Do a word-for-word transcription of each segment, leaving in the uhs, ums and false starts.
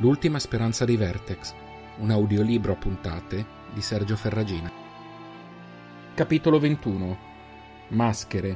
L'ultima speranza di Vertex, un audiolibro a puntate di Sergio Ferragina. Capitolo ventuno. Maschere.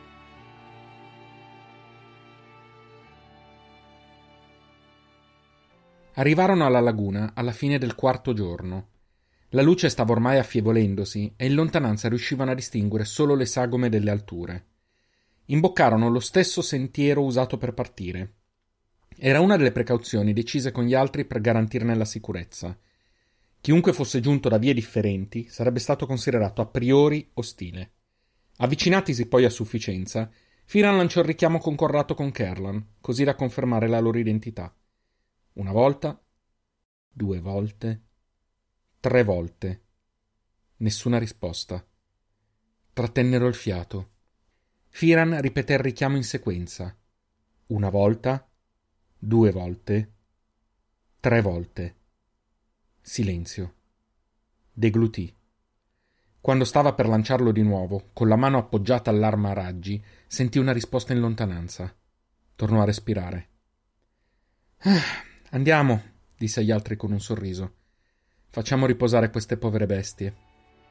Arrivarono alla laguna alla fine del quarto giorno. La luce stava ormai affievolendosi e in lontananza riuscivano a distinguere solo le sagome delle alture. Imboccarono lo stesso sentiero usato per partire. Era una delle precauzioni decise con gli altri per garantirne la sicurezza. Chiunque fosse giunto da vie differenti sarebbe stato considerato a priori ostile. Avvicinatisi poi a sufficienza, Firan lanciò il richiamo concordato con Kerlan, così da confermare la loro identità. Una volta, due volte, tre volte. Nessuna risposta. Trattennero il fiato. Firan ripeté il richiamo in sequenza. Una volta, due volte, tre volte. Silenzio. Deglutì. Quando stava per lanciarlo di nuovo, con la mano appoggiata all'arma a raggi, sentì una risposta in lontananza. Tornò a respirare. Ah, andiamo, disse agli altri con un sorriso. Facciamo riposare queste povere bestie.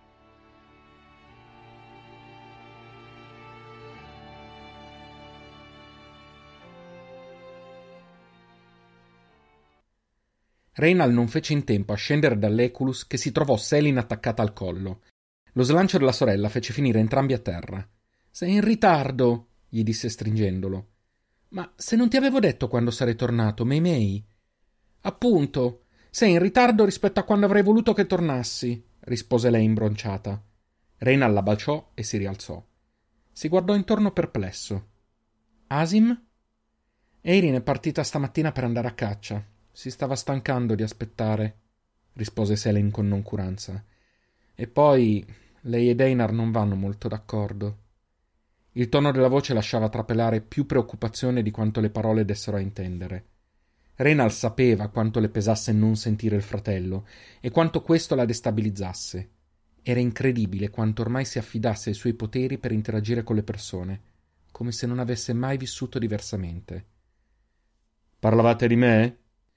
Reynal non fece in tempo a scendere dall'Eculus che si trovò Selin attaccata al collo. Lo slancio della sorella fece finire entrambi a terra. «Sei in ritardo», gli disse stringendolo. «Ma se non ti avevo detto quando sarei tornato, Mei Mei?» «Appunto, sei in ritardo rispetto a quando avrei voluto che tornassi», rispose lei imbronciata. Reynal la baciò e si rialzò. Si guardò intorno perplesso. «Asim?» «Eirin è partita stamattina per andare a caccia. Si stava stancando di aspettare», rispose Selin con noncuranza. «E poi lei ed Einar non vanno molto d'accordo». Il tono della voce lasciava trapelare più preoccupazione di quanto le parole dessero a intendere. Reynal sapeva quanto le pesasse non sentire il fratello e quanto questo la destabilizzasse. Era incredibile quanto ormai si affidasse ai suoi poteri per interagire con le persone, come se non avesse mai vissuto diversamente. «Parlavate di me?»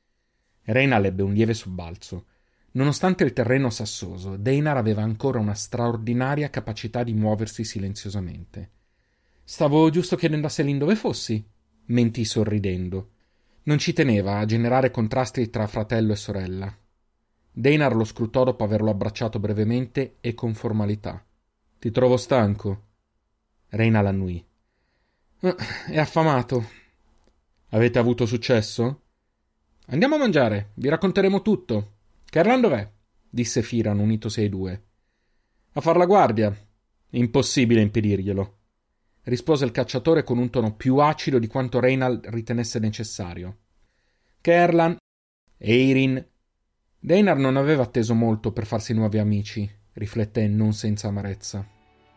Reynal ebbe un lieve sobbalzo. Nonostante il terreno sassoso, Deinar aveva ancora una straordinaria capacità di muoversi silenziosamente. «Stavo giusto chiedendo a Selin dove fossi», mentì sorridendo. Non ci teneva a generare contrasti tra fratello e sorella. Deinar lo scrutò dopo averlo abbracciato brevemente e con formalità. «Ti trovo stanco?» Reynal annui. «Eh, è affamato». «Avete avuto successo?» «Andiamo a mangiare, vi racconteremo tutto». «Kerlan dov'è?» disse Firan unitosi ai due. «A far la guardia». «Impossibile impedirglielo», rispose il cacciatore con un tono più acido di quanto Reynal ritenesse necessario. «Kerlan, Eirin». Deinar non aveva atteso molto per farsi nuovi amici, rifletté non senza amarezza.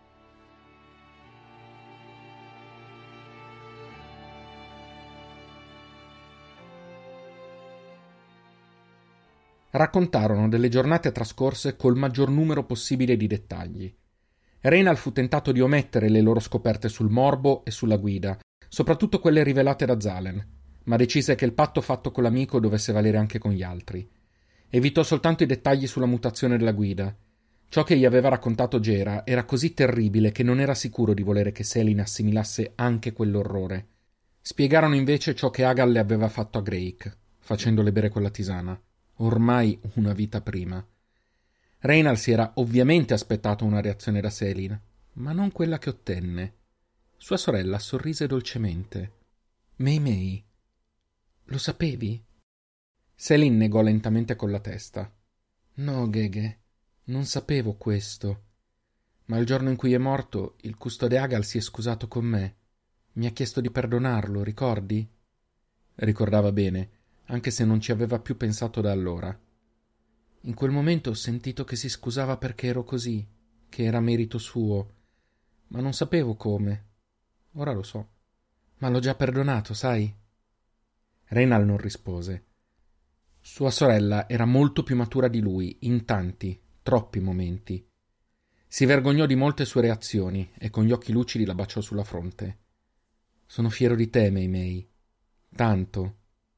Raccontarono delle giornate trascorse col maggior numero possibile di dettagli. Reynal fu tentato di omettere le loro scoperte sul morbo e sulla guida, soprattutto quelle rivelate da Zalen, ma decise che il patto fatto con l'amico dovesse valere anche con gli altri. Evitò soltanto i dettagli sulla mutazione della guida. Ciò che gli aveva raccontato Gera era così terribile che non era sicuro di volere che Selin assimilasse anche quell'orrore. Spiegarono invece ciò che Agal le aveva fatto a Greik, facendole bere quella tisana. Ormai una vita prima. Reynal si era ovviamente aspettato una reazione da Selin, ma non quella che ottenne. Sua sorella sorrise dolcemente. «Mei Mei, lo sapevi?» Selin negò lentamente con la testa. «No, Gege, non sapevo questo. Ma il giorno in cui è morto, il custode Agal si è scusato con me. Mi ha chiesto di perdonarlo, ricordi?» Ricordava bene, anche se non ci aveva più pensato da allora. «In quel momento ho sentito che si scusava perché ero così, che era merito suo, ma non sapevo come. Ora lo so. Ma l'ho già perdonato, sai?» Reynal non rispose. Sua sorella era molto più matura di lui, in tanti, troppi momenti. Si vergognò di molte sue reazioni e con gli occhi lucidi la baciò sulla fronte. «Sono fiero di te, Mei Mei. Tanto».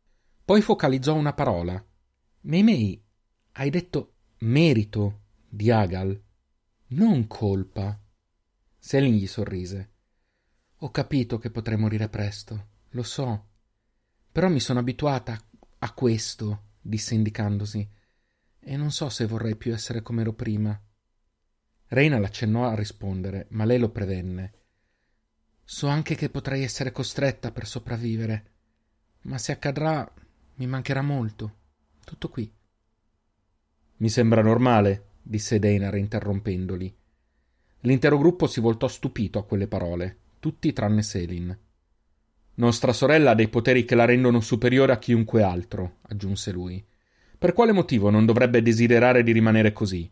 Poi focalizzò una parola. Meimei, hai detto merito di Agal, non colpa. Selin gli sorrise. Ho capito che potrei morire presto, lo so. Però mi sono abituata a questo, disse indicandosi, e non so se vorrei più essere come ero prima. Reina l'accennò a rispondere, ma lei lo prevenne. So anche che potrei essere costretta per sopravvivere, ma se accadrà mi mancherà molto. Tutto qui. Mi sembra normale, disse Deinar interrompendoli. L'intero gruppo si voltò stupito a quelle parole, tutti tranne Selin. Nostra sorella ha dei poteri che la rendono superiore a chiunque altro, aggiunse lui. Per quale motivo non dovrebbe desiderare di rimanere così?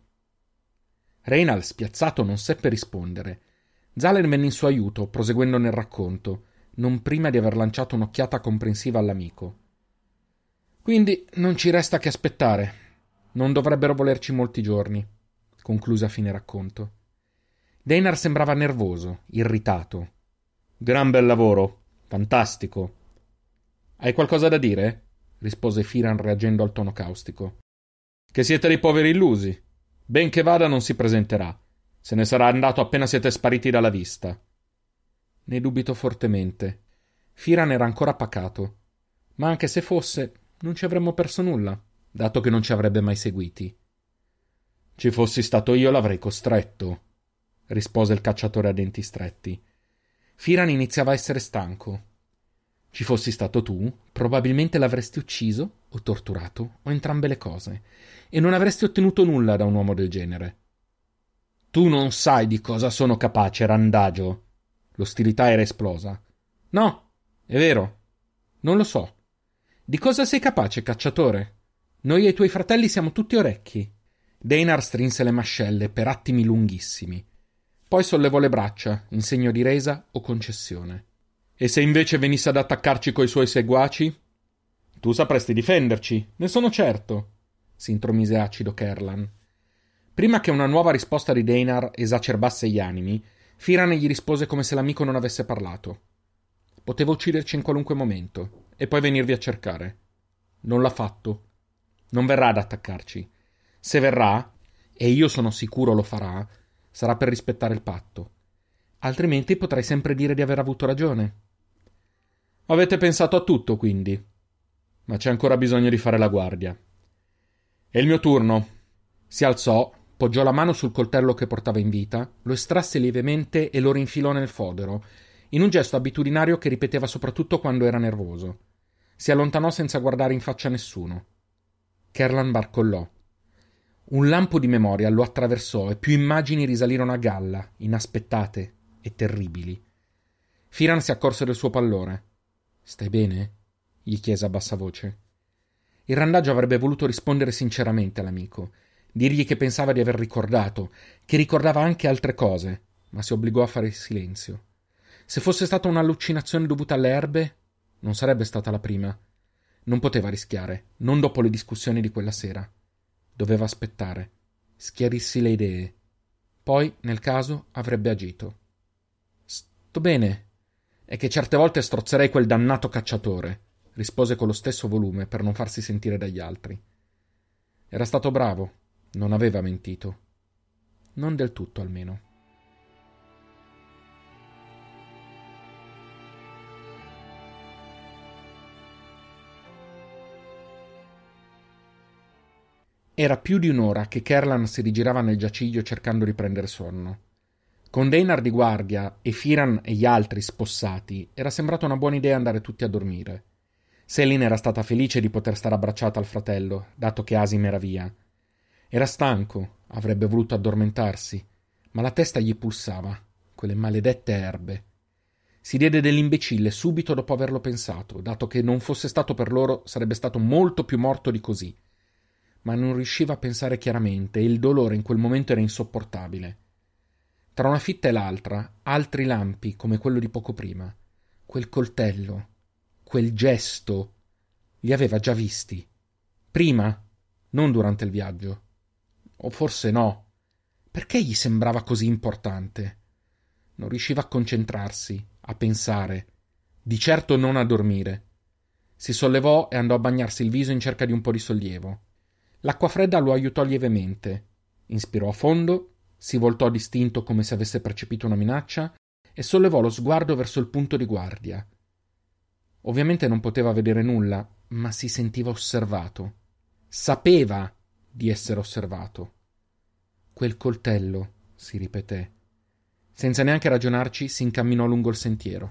Reynal, spiazzato, non seppe rispondere. Zalen venne in suo aiuto, proseguendo nel racconto, non prima di aver lanciato un'occhiata comprensiva all'amico. Quindi non ci resta che aspettare. Non dovrebbero volerci molti giorni, concluse a fine racconto. Deinar sembrava nervoso, irritato. Gran bel lavoro, fantastico. Hai qualcosa da dire? Rispose Firan reagendo al tono caustico. Che siete dei poveri illusi. Ben che vada non si presenterà. Se ne sarà andato appena siete spariti dalla vista. Ne dubito fortemente. Firan era ancora pacato. Ma anche se fosse, non ci avremmo perso nulla, dato che non ci avrebbe mai seguiti. Ci fossi stato io l'avrei costretto, rispose il cacciatore a denti stretti. Firan iniziava a essere stanco. Ci fossi stato tu, probabilmente l'avresti ucciso o torturato, o entrambe le cose, e non avresti ottenuto nulla da un uomo del genere. Tu non sai di cosa sono capace, randagio. L'ostilità era esplosa. No, è vero. Non lo so. Di cosa sei capace, cacciatore? Noi e i tuoi fratelli siamo tutti orecchi. Deinar strinse le mascelle per attimi lunghissimi. Poi sollevò le braccia, in segno di resa o concessione. E se invece venisse ad attaccarci coi suoi seguaci? Tu sapresti difenderci, ne sono certo, si intromise acido Kerlan. Prima che una nuova risposta di Deinar esacerbasse gli animi, Firan gli rispose come se l'amico non avesse parlato. Poteva ucciderci in qualunque momento, e poi venirvi a cercare. Non l'ha fatto. Non verrà ad attaccarci. Se verrà, e io sono sicuro lo farà, sarà per rispettare il patto. Altrimenti potrai sempre dire di aver avuto ragione. Avete pensato a tutto, quindi. Ma c'è ancora bisogno di fare la guardia. È il mio turno. Si alzò, poggiò la mano sul coltello che portava in vita, lo estrasse lievemente e lo rinfilò nel fodero, in un gesto abitudinario che ripeteva soprattutto quando era nervoso. Si allontanò senza guardare in faccia a nessuno. Kerlan barcollò. Un lampo di memoria lo attraversò e più immagini risalirono a galla, inaspettate e terribili. Firan si accorse del suo pallore. «Stai bene?» gli chiese a bassa voce. Il randagio avrebbe voluto rispondere sinceramente all'amico, dirgli che pensava di aver ricordato, che ricordava anche altre cose, ma si obbligò a fare il silenzio. Se fosse stata un'allucinazione dovuta alle erbe, non sarebbe stata la prima. Non poteva rischiare, non dopo le discussioni di quella sera. Doveva aspettare, schiarirsi le idee. Poi, nel caso, avrebbe agito. «Sto bene. È che certe volte strozzerei quel dannato cacciatore», rispose con lo stesso volume per non farsi sentire dagli altri. Era stato bravo, non aveva mentito. Non del tutto, almeno. Era più di un'ora che Kerlan si rigirava nel giaciglio cercando di prendere sonno. Con Deinar di guardia e Firan e gli altri spossati, era sembrata una buona idea andare tutti a dormire. Selin era stata felice di poter stare abbracciata al fratello, dato che Asim era via. Era stanco, avrebbe voluto addormentarsi, ma la testa gli pulsava, quelle maledette erbe. Si diede dell'imbecille subito dopo averlo pensato, dato che non fosse stato per loro sarebbe stato molto più morto di così. Ma non riusciva a pensare chiaramente e il dolore in quel momento era insopportabile. Tra una fitta e l'altra, altri lampi come quello di poco prima. Quel coltello, quel gesto, li aveva già visti. Prima, non durante il viaggio. O forse no. Perché gli sembrava così importante? Non riusciva a concentrarsi, a pensare, di certo non a dormire. Si sollevò e andò a bagnarsi il viso in cerca di un po' di sollievo. L'acqua fredda lo aiutò lievemente. Inspirò a fondo, si voltò distinto come se avesse percepito una minaccia e sollevò lo sguardo verso il punto di guardia. Ovviamente non poteva vedere nulla, ma si sentiva osservato. Sapeva di essere osservato. Quel coltello, si ripeté. Senza neanche ragionarci, si incamminò lungo il sentiero.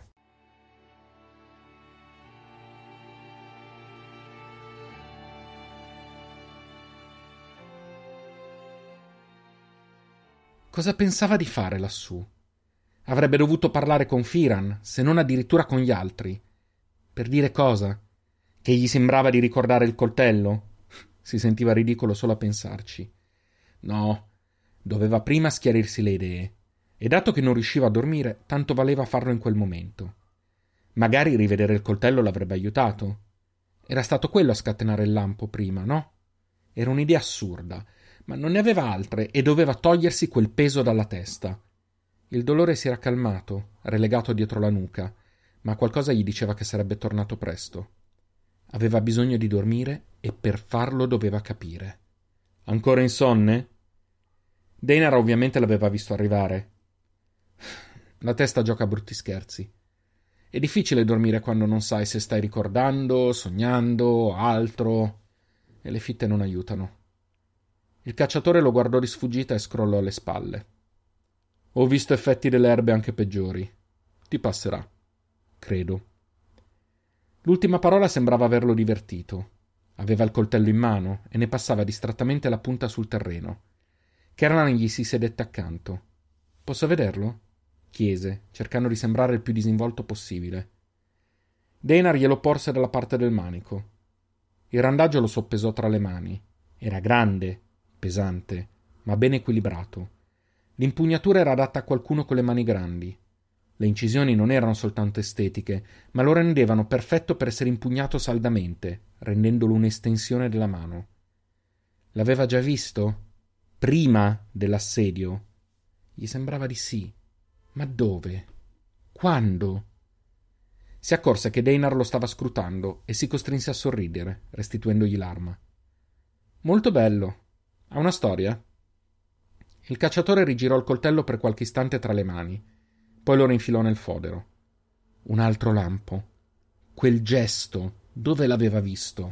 Cosa pensava di fare lassù? Avrebbe dovuto parlare con Firan, se non addirittura con gli altri. Per dire cosa? Che gli sembrava di ricordare il coltello? Si sentiva ridicolo solo a pensarci. No, doveva prima schiarirsi le idee. E dato che non riusciva a dormire, tanto valeva farlo in quel momento. Magari rivedere il coltello l'avrebbe aiutato. Era stato quello a scatenare il lampo prima, no? Era un'idea assurda, ma non ne aveva altre e doveva togliersi quel peso dalla testa. Il dolore si era calmato, relegato dietro la nuca, ma qualcosa gli diceva che sarebbe tornato presto. Aveva bisogno di dormire e per farlo doveva capire. Ancora insonne? Deinar ovviamente l'aveva visto arrivare. La testa gioca a brutti scherzi. È difficile dormire quando non sai se stai ricordando, sognando, altro, e le fitte non aiutano. Il cacciatore lo guardò di sfuggita e scrollò le spalle. Ho visto effetti delle erbe anche peggiori. Ti passerà. Credo. L'ultima parola sembrava averlo divertito. Aveva il coltello in mano e ne passava distrattamente la punta sul terreno. Kerlan gli si sedette accanto. Posso vederlo? Chiese, cercando di sembrare il più disinvolto possibile. Deinar glielo porse dalla parte del manico. Il randaggio lo soppesò tra le mani. Era grande, pesante, ma ben equilibrato. L'impugnatura era adatta a qualcuno con le mani grandi. Le incisioni non erano soltanto estetiche, ma lo rendevano perfetto per essere impugnato saldamente, rendendolo un'estensione della mano. L'aveva già visto? Prima dell'assedio? Gli sembrava di sì. Ma dove? Quando? Si accorse che Deinar lo stava scrutando e si costrinse a sorridere, restituendogli l'arma. Molto bello. Ha una storia? Il cacciatore rigirò il coltello per qualche istante tra le mani, poi lo rinfilò nel fodero. Un altro lampo. Quel gesto, dove l'aveva visto?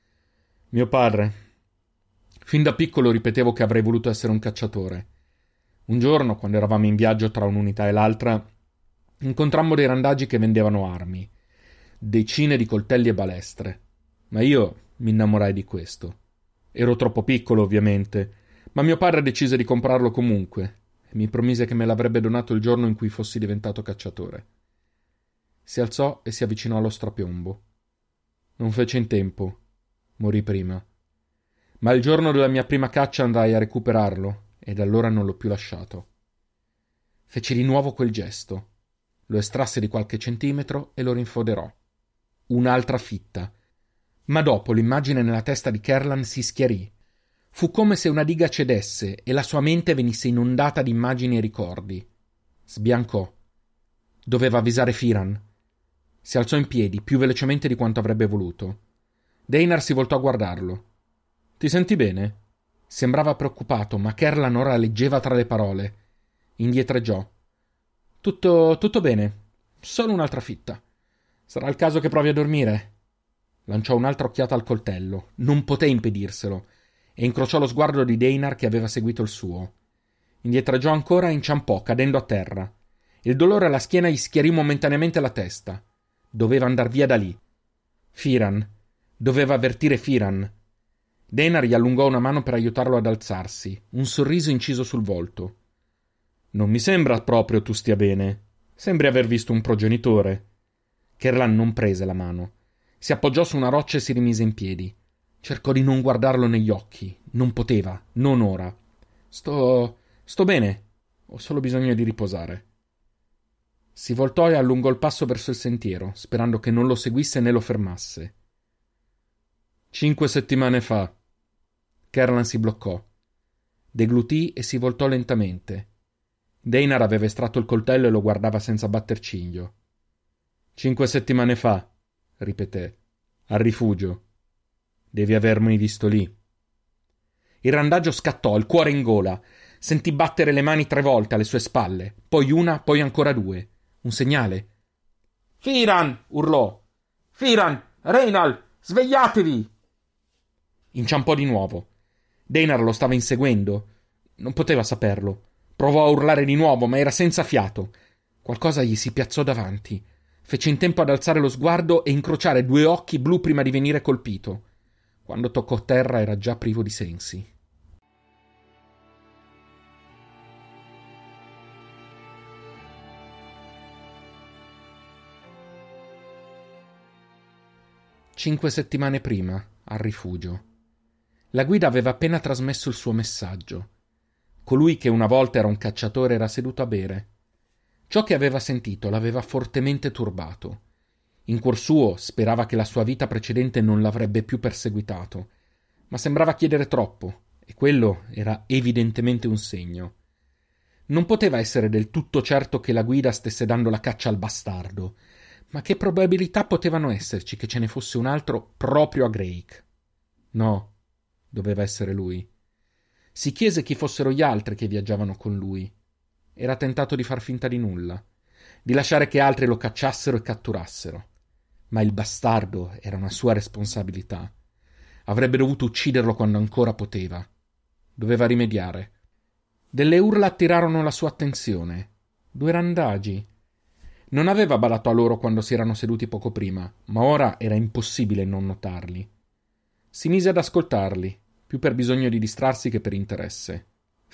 Mio padre. Fin da piccolo ripetevo che avrei voluto essere un cacciatore. Un giorno, quando eravamo in viaggio tra un'unità e l'altra, incontrammo dei randaggi che vendevano armi, decine di coltelli e balestre. Ma io mi innamorai di questo. Ero troppo piccolo, ovviamente, ma mio padre decise di comprarlo comunque e mi promise che me l'avrebbe donato il giorno in cui fossi diventato cacciatore. Si alzò e si avvicinò allo strapiombo. Non fece in tempo. Morì prima. Ma il giorno della mia prima caccia andai a recuperarlo e da allora non l'ho più lasciato. Fece di nuovo quel gesto. Lo estrasse di qualche centimetro e lo rinfoderò. Un'altra fitta. Ma dopo l'immagine nella testa di Kerlan si schiarì. Fu come se una diga cedesse e la sua mente venisse inondata di immagini e ricordi. Sbiancò. Doveva avvisare Firan. Si alzò in piedi, più velocemente di quanto avrebbe voluto. Deinar si voltò a guardarlo. Ti senti bene? Sembrava preoccupato, ma Kerlan ora leggeva tra le parole. Indietreggiò. Tutto, tutto bene. Solo un'altra fitta. Sarà il caso che provi a dormire? Lanciò un'altra occhiata al coltello. Non poté impedirselo. E incrociò lo sguardo di Deinar che aveva seguito il suo. Indietreggiò ancora e inciampò, cadendo a terra. Il dolore alla schiena gli schiarì momentaneamente la testa. Doveva andar via da lì. Firan. Doveva avvertire Firan. Deinar gli allungò una mano per aiutarlo ad alzarsi, un sorriso inciso sul volto. Non mi sembra proprio tu stia bene. Sembri aver visto un progenitore. Kerlan non prese la mano. Si appoggiò su una roccia e si rimise in piedi. Cercò di non guardarlo negli occhi. Non poteva, non ora. Sto... sto bene. Ho solo bisogno di riposare. Si voltò e allungò il passo verso il sentiero, sperando che non lo seguisse né lo fermasse. Cinque settimane fa. Kerlan si bloccò. Deglutì e si voltò lentamente. Deinar aveva estratto il coltello e lo guardava senza batter ciglio. Cinque settimane fa, ripeté. Al rifugio. Devi avermi visto lì. Il randaggio scattò, il cuore in gola. Sentì battere le mani tre volte alle sue spalle, poi una, poi ancora due. Un segnale. Firan! Urlò. Firan! Reynal! Svegliatevi! Inciampò di nuovo. Deinar lo stava inseguendo. Non poteva saperlo. Provò a urlare di nuovo, ma era senza fiato. Qualcosa gli si piazzò davanti. Fece in tempo ad alzare lo sguardo e incrociare due occhi blu prima di venire colpito. Quando toccò terra era già privo di sensi. Cinque settimane prima, al rifugio. La guida aveva appena trasmesso il suo messaggio. Colui che una volta era un cacciatore era seduto a bere. Ciò che aveva sentito l'aveva fortemente turbato. In cuor suo sperava che la sua vita precedente non l'avrebbe più perseguitato, ma sembrava chiedere troppo, e quello era evidentemente un segno. Non poteva essere del tutto certo che la guida stesse dando la caccia al bastardo, ma che probabilità potevano esserci che ce ne fosse un altro proprio a Drake? No, doveva essere lui. Si chiese chi fossero gli altri che viaggiavano con lui. Era tentato di far finta di nulla, di lasciare che altri lo cacciassero e catturassero. Ma il bastardo era una sua responsabilità. Avrebbe dovuto ucciderlo quando ancora poteva. Doveva rimediare. Delle urla attirarono la sua attenzione. Due randagi. Non aveva badato a loro quando si erano seduti poco prima, ma ora era impossibile non notarli. Si mise ad ascoltarli, più per bisogno di distrarsi che per interesse.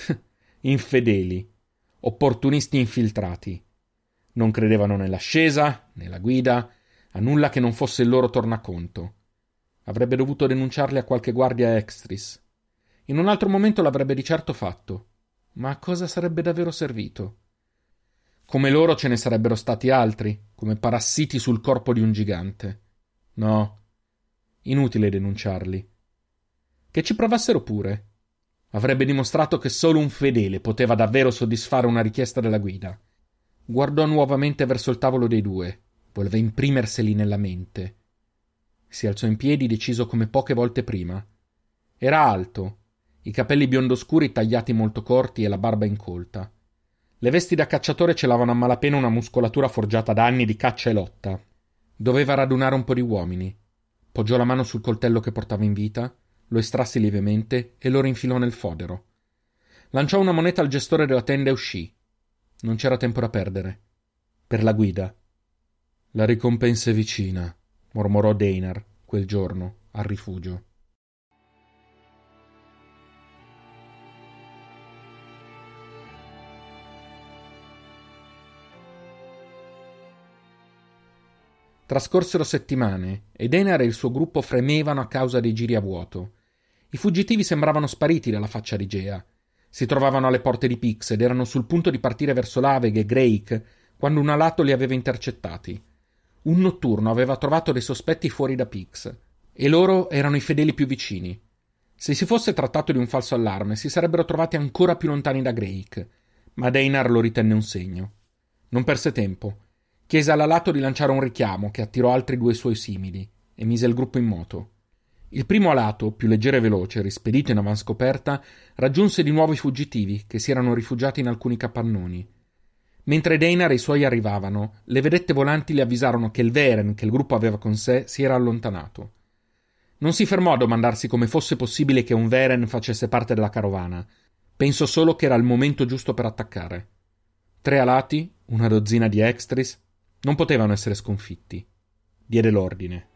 Infedeli. Opportunisti infiltrati. Non credevano nell'ascesa, nella guida, a nulla che non fosse il loro tornaconto. Avrebbe dovuto denunciarli a qualche guardia extris. In un altro momento l'avrebbe di certo fatto. Ma a cosa sarebbe davvero servito? Come loro ce ne sarebbero stati altri, come parassiti sul corpo di un gigante. No, inutile denunciarli. Che ci provassero pure. Avrebbe dimostrato che solo un fedele poteva davvero soddisfare una richiesta della guida. Guardò nuovamente verso il tavolo dei due. Voleva imprimerseli nella mente. Si alzò in piedi deciso come poche volte prima. Era alto, i capelli biondo scuri tagliati molto corti e la barba incolta. Le vesti da cacciatore celavano a malapena una muscolatura forgiata da anni di caccia e lotta. Doveva radunare un po' di uomini. Poggiò la mano sul coltello che portava in vita, lo estrasse lievemente e lo rinfilò nel fodero. Lanciò una moneta al gestore della tenda e uscì. Non c'era tempo da perdere. Per la guida. La ricompensa è vicina, mormorò Deinar quel giorno al rifugio. Trascorsero settimane e Deinar e il suo gruppo fremevano a causa dei giri a vuoto. I fuggitivi sembravano spariti dalla faccia di Gea. Si trovavano alle porte di Pix ed erano sul punto di partire verso Laveghe e Drake quando un alato li aveva intercettati. Un notturno aveva trovato dei sospetti fuori da Pix e loro erano i fedeli più vicini. Se si fosse trattato di un falso allarme si sarebbero trovati ancora più lontani da Drake, ma Deinar lo ritenne un segno. Non perse tempo. Chiese all'alato di lanciare un richiamo che attirò altri due suoi simili e mise il gruppo in moto. Il primo alato, più leggero e veloce, rispedito in avanscoperta, raggiunse di nuovo i fuggitivi che si erano rifugiati in alcuni capannoni. Mentre Deinar e i suoi arrivavano, le vedette volanti le avvisarono che il Veren che il gruppo aveva con sé si era allontanato. Non si fermò a domandarsi come fosse possibile che un Veren facesse parte della carovana. Pensò solo che era il momento giusto per attaccare. Tre alati, una dozzina di extris, non potevano essere sconfitti. Diede l'ordine.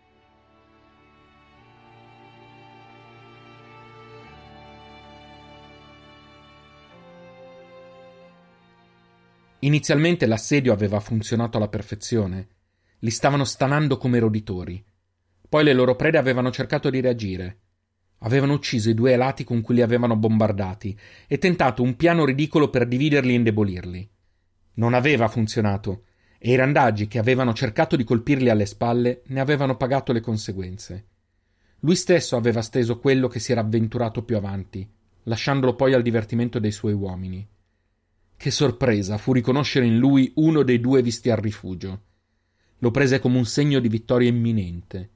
Inizialmente l'assedio aveva funzionato alla perfezione. Li stavano stanando come roditori. Poi le loro prede avevano cercato di reagire. Avevano ucciso i due alati con cui li avevano bombardati e tentato un piano ridicolo per dividerli e indebolirli. Non aveva funzionato e i randaggi che avevano cercato di colpirli alle spalle ne avevano pagato le conseguenze. Lui stesso aveva steso quello che si era avventurato più avanti, lasciandolo poi al divertimento dei suoi uomini. Che sorpresa fu riconoscere in lui uno dei due visti al rifugio. Lo prese come un segno di vittoria imminente.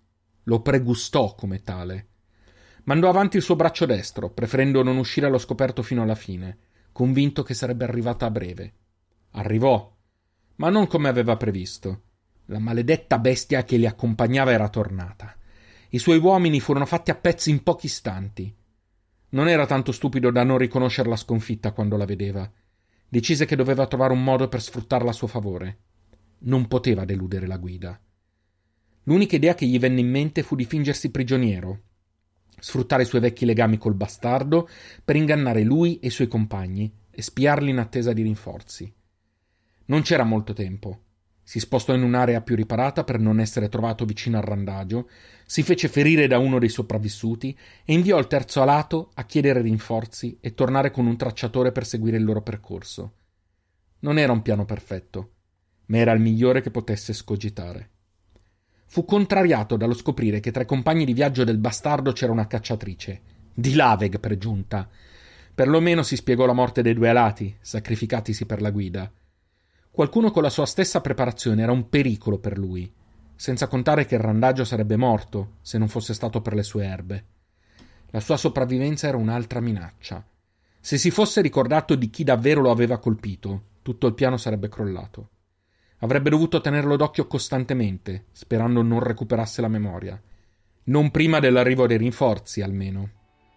lo pregustò come tale. Mandò avanti il suo braccio destro, preferendo non uscire allo scoperto fino alla fine, convinto che sarebbe arrivata a breve. Arrivò, ma non come aveva previsto. La maledetta bestia che li accompagnava era tornata. I suoi uomini furono fatti a pezzi in pochi istanti. Non era tanto stupido da non riconoscere la sconfitta quando la vedeva. Decise che doveva trovare un modo per sfruttarla a suo favore. Non poteva deludere la guida. L'unica idea che gli venne in mente fu di fingersi prigioniero, sfruttare i suoi vecchi legami col bastardo per ingannare lui e i suoi compagni e spiarli in attesa di rinforzi. Non c'era molto tempo. Si spostò in un'area più riparata per non essere trovato vicino al randagio, si fece ferire da uno dei sopravvissuti e inviò il terzo alato a chiedere rinforzi e tornare con un tracciatore per seguire il loro percorso. Non era un piano perfetto, ma era il migliore che potesse scogitare. Fu contrariato dallo scoprire che tra i compagni di viaggio del bastardo c'era una cacciatrice, di Laveg per giunta. Perlomeno si spiegò la morte dei due alati, sacrificatisi per la guida. Qualcuno con la sua stessa preparazione era un pericolo per lui, senza contare che il randagio sarebbe morto se non fosse stato per le sue erbe. La sua sopravvivenza era un'altra minaccia. Se si fosse ricordato di chi davvero lo aveva colpito, tutto il piano sarebbe crollato. Avrebbe dovuto tenerlo d'occhio costantemente, sperando non recuperasse la memoria. Non prima dell'arrivo dei rinforzi, almeno.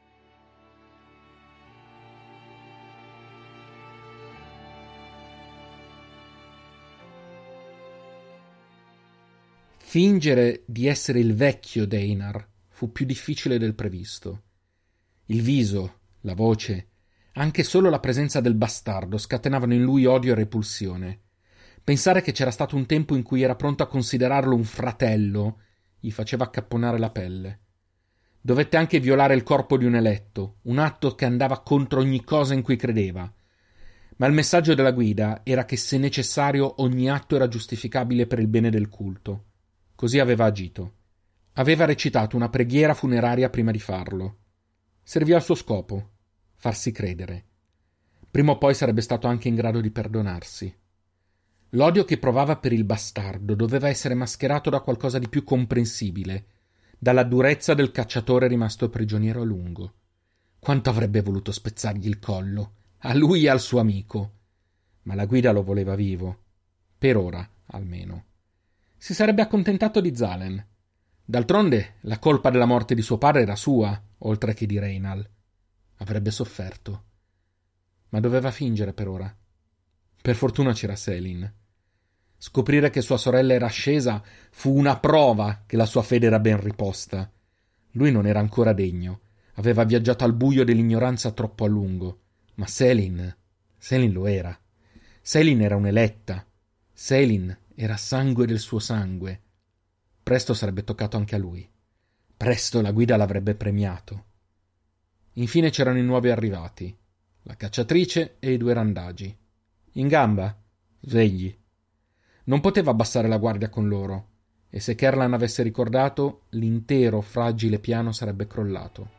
Fingere di essere il vecchio Deinar fu più difficile del previsto. Il viso, la voce, anche solo la presenza del bastardo scatenavano in lui odio e repulsione. Pensare che c'era stato un tempo in cui era pronto a considerarlo un fratello gli faceva accapponare la pelle. Dovette anche violare il corpo di un eletto, un atto che andava contro ogni cosa in cui credeva. Ma il messaggio della guida era che se necessario ogni atto era giustificabile per il bene del culto. Così aveva agito. Aveva recitato una preghiera funeraria prima di farlo. Serviva al suo scopo, farsi credere. Prima o poi sarebbe stato anche in grado di perdonarsi. L'odio che provava per il bastardo doveva essere mascherato da qualcosa di più comprensibile, dalla durezza del cacciatore rimasto prigioniero a lungo. Quanto avrebbe voluto spezzargli il collo, a lui e al suo amico. Ma la guida lo voleva vivo, per ora almeno. Si sarebbe accontentato di Zalen. D'altronde la colpa della morte di suo padre era sua, oltre che di Reynal. Avrebbe sofferto. Ma doveva fingere per ora. Per fortuna c'era Selin. Scoprire che sua sorella era ascesa fu una prova che la sua fede era ben riposta. Lui non era ancora degno. Aveva viaggiato al buio dell'ignoranza troppo a lungo. Ma Selin... Selin lo era. Selin era un'eletta. Selin era sangue del suo sangue. Presto sarebbe toccato anche a lui. Presto la guida l'avrebbe premiato. Infine c'erano i nuovi arrivati, la cacciatrice e i due randagi. In gamba? Svegli. Non poteva abbassare la guardia con loro, e se Kerlan avesse ricordato, l'intero fragile piano sarebbe crollato.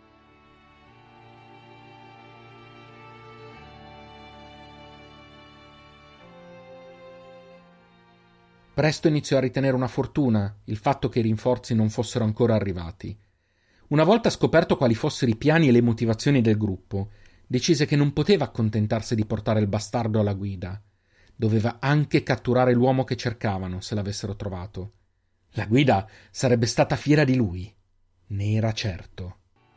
Presto iniziò a ritenere una fortuna il fatto che i rinforzi non fossero ancora arrivati. Una volta scoperto quali fossero i piani e le motivazioni del gruppo, decise che non poteva accontentarsi di portare il bastardo alla guida. Doveva anche catturare l'uomo che cercavano, se l'avessero trovato. La guida sarebbe stata fiera di lui. Ne era certo.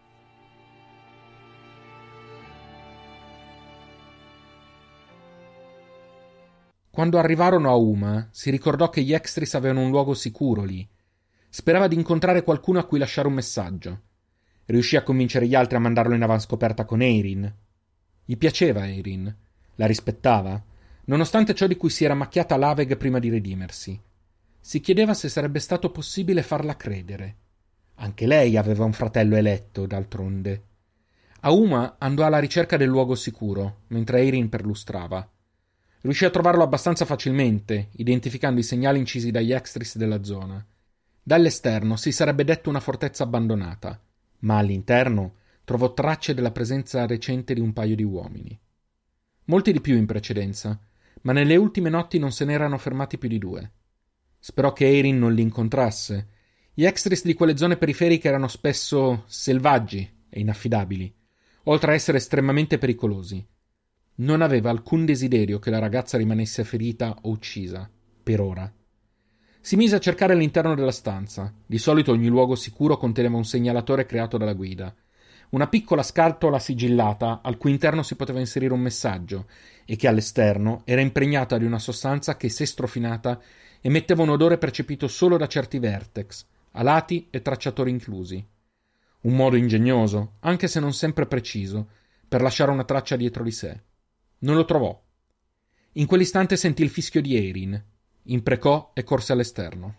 Quando arrivarono a Uma, si ricordò che gli Extris avevano un luogo sicuro lì. Sperava di incontrare qualcuno a cui lasciare un messaggio. Riuscì a convincere gli altri a mandarlo in avanscoperta con Eirin. Gli piaceva Eirin, la rispettava, nonostante ciò di cui si era macchiata Laveg prima di redimersi. Si chiedeva se sarebbe stato possibile farla credere. Anche lei aveva un fratello eletto, d'altronde. A Uma andò alla ricerca del luogo sicuro, mentre Eirin perlustrava. Riuscì a trovarlo abbastanza facilmente, identificando i segnali incisi dagli Extris della zona. Dall'esterno si sarebbe detto una fortezza abbandonata, ma all'interno trovò tracce della presenza recente di un paio di uomini. Molti di più in precedenza, ma nelle ultime notti non se n'erano fermati più di due. Sperò che Eirin non li incontrasse. Gli extris di quelle zone periferiche erano spesso selvaggi e inaffidabili, oltre a essere estremamente pericolosi. Non aveva alcun desiderio che la ragazza rimanesse ferita o uccisa, per ora. Si mise a cercare all'interno della stanza. Di solito ogni luogo sicuro conteneva un segnalatore creato dalla guida. Una piccola scatola sigillata al cui interno si poteva inserire un messaggio e che all'esterno era impregnata di una sostanza che, se strofinata, emetteva un odore percepito solo da certi vertex, alati e tracciatori inclusi. Un modo ingegnoso, anche se non sempre preciso, per lasciare una traccia dietro di sé. Non lo trovò. In quell'istante sentì il fischio di Erin. Imprecò e corse all'esterno.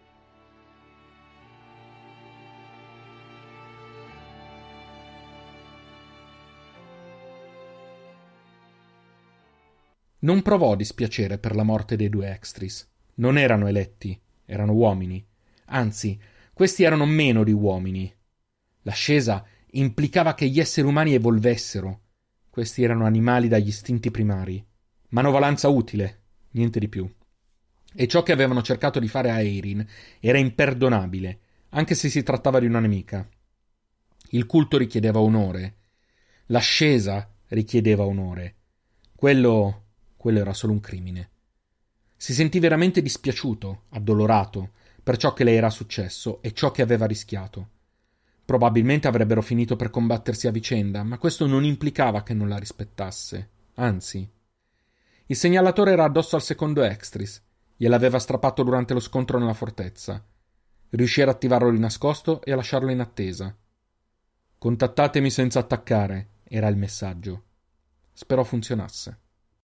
Non provò dispiacere per la morte dei due extris. Non erano eletti, erano uomini. Anzi, questi erano meno di uomini. L'ascesa implicava che gli esseri umani evolvessero. Questi erano animali dagli istinti primari. Manovalanza utile, niente di più. E ciò che avevano cercato di fare a Erin era imperdonabile, anche se si trattava di una nemica. Il culto richiedeva onore. L'ascesa richiedeva onore. Quello, quello era solo un crimine. Si sentì veramente dispiaciuto, addolorato, per ciò che le era successo e ciò che aveva rischiato. Probabilmente avrebbero finito per combattersi a vicenda, ma questo non implicava che non la rispettasse. Anzi. Il segnalatore era addosso al secondo extris. Gliel'aveva strappato durante lo scontro nella fortezza. Riuscì ad attivarlo di nascosto e a lasciarlo in attesa. «Contattatemi senza attaccare», era il messaggio. Sperò funzionasse.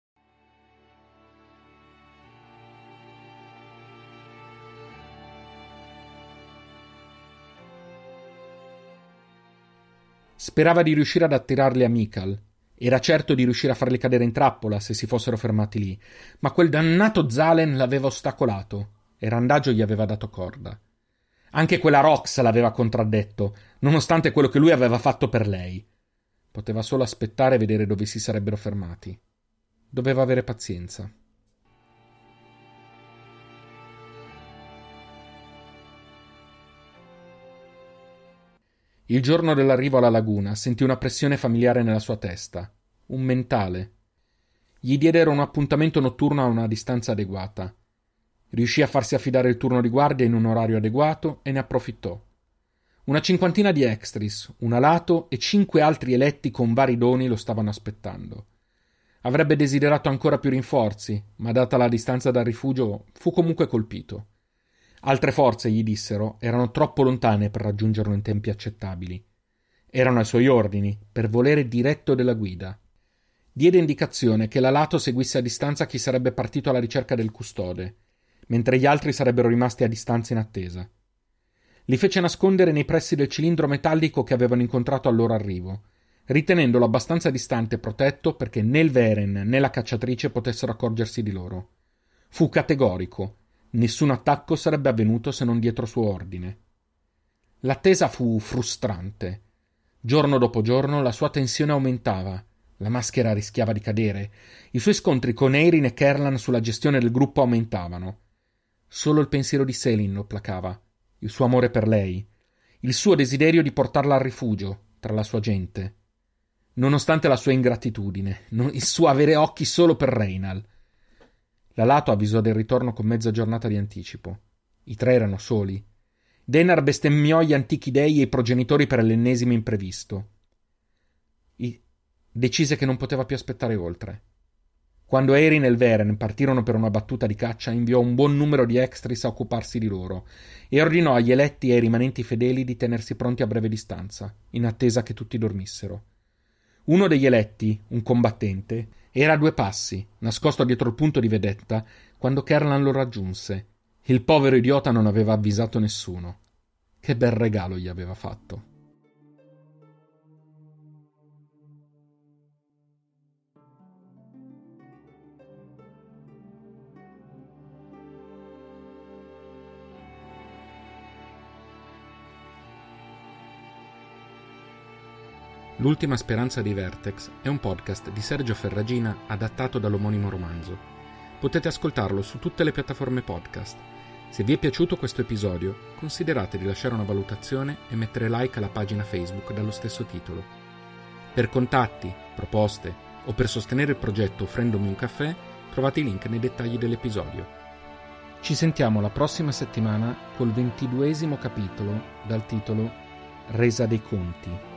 Sperava di riuscire ad attirarli a Mikal. Era certo di riuscire a farli cadere in trappola se si fossero fermati lì, ma quel dannato Zalen l'aveva ostacolato e Randagio gli aveva dato corda. Anche quella Rox l'aveva contraddetto, nonostante quello che lui aveva fatto per lei. Poteva solo aspettare e vedere dove si sarebbero fermati. Doveva avere pazienza. Il giorno dell'arrivo alla laguna sentì una pressione familiare nella sua testa, un mentale. Gli diedero un appuntamento notturno a una distanza adeguata. Riuscì a farsi affidare il turno di guardia in un orario adeguato e ne approfittò. Una cinquantina di extris, un alato e cinque altri eletti con vari doni lo stavano aspettando. Avrebbe desiderato ancora più rinforzi, ma data la distanza dal rifugio fu comunque colpito. Altre forze, gli dissero, erano troppo lontane per raggiungerlo in tempi accettabili. Erano ai suoi ordini, per volere diretto della guida. Diede indicazione che l'alato seguisse a distanza chi sarebbe partito alla ricerca del custode, mentre gli altri sarebbero rimasti a distanza in attesa. Li fece nascondere nei pressi del cilindro metallico che avevano incontrato al loro arrivo, ritenendolo abbastanza distante e protetto perché né il Veren né la cacciatrice potessero accorgersi di loro. Fu categorico. Nessun attacco sarebbe avvenuto se non dietro suo ordine. L'attesa fu frustrante. Giorno dopo giorno la sua tensione aumentava. La maschera rischiava di cadere. I suoi scontri con Erin e Kerlan sulla gestione del gruppo aumentavano. Solo il pensiero di Selin lo placava. Il suo amore per lei. Il suo desiderio di portarla al rifugio, tra la sua gente. Nonostante la sua ingratitudine, il suo avere occhi solo per Reynal. L'alato avvisò del ritorno con mezza giornata di anticipo. I tre erano soli. Denar bestemmiò gli antichi dei e i progenitori per l'ennesimo imprevisto. I... Decise che non poteva più aspettare oltre. Quando Erin e il Veren partirono per una battuta di caccia, inviò un buon numero di extris a occuparsi di loro e ordinò agli eletti e ai rimanenti fedeli di tenersi pronti a breve distanza, in attesa che tutti dormissero. Uno degli eletti, un combattente, era a due passi, nascosto dietro il punto di vedetta, quando Kerlan lo raggiunse. Il povero idiota non aveva avvisato nessuno. Che bel regalo gli aveva fatto. L'ultima speranza di Vertex è un podcast di Sergio Ferragina adattato dall'omonimo romanzo. Potete ascoltarlo su tutte le piattaforme podcast. Se vi è piaciuto questo episodio, considerate di lasciare una valutazione e mettere like alla pagina Facebook dallo stesso titolo. Per contatti, proposte o per sostenere il progetto offrendomi un caffè, trovate i link nei dettagli dell'episodio. Ci sentiamo la prossima settimana col ventiduesimo capitolo dal titolo Resa dei conti.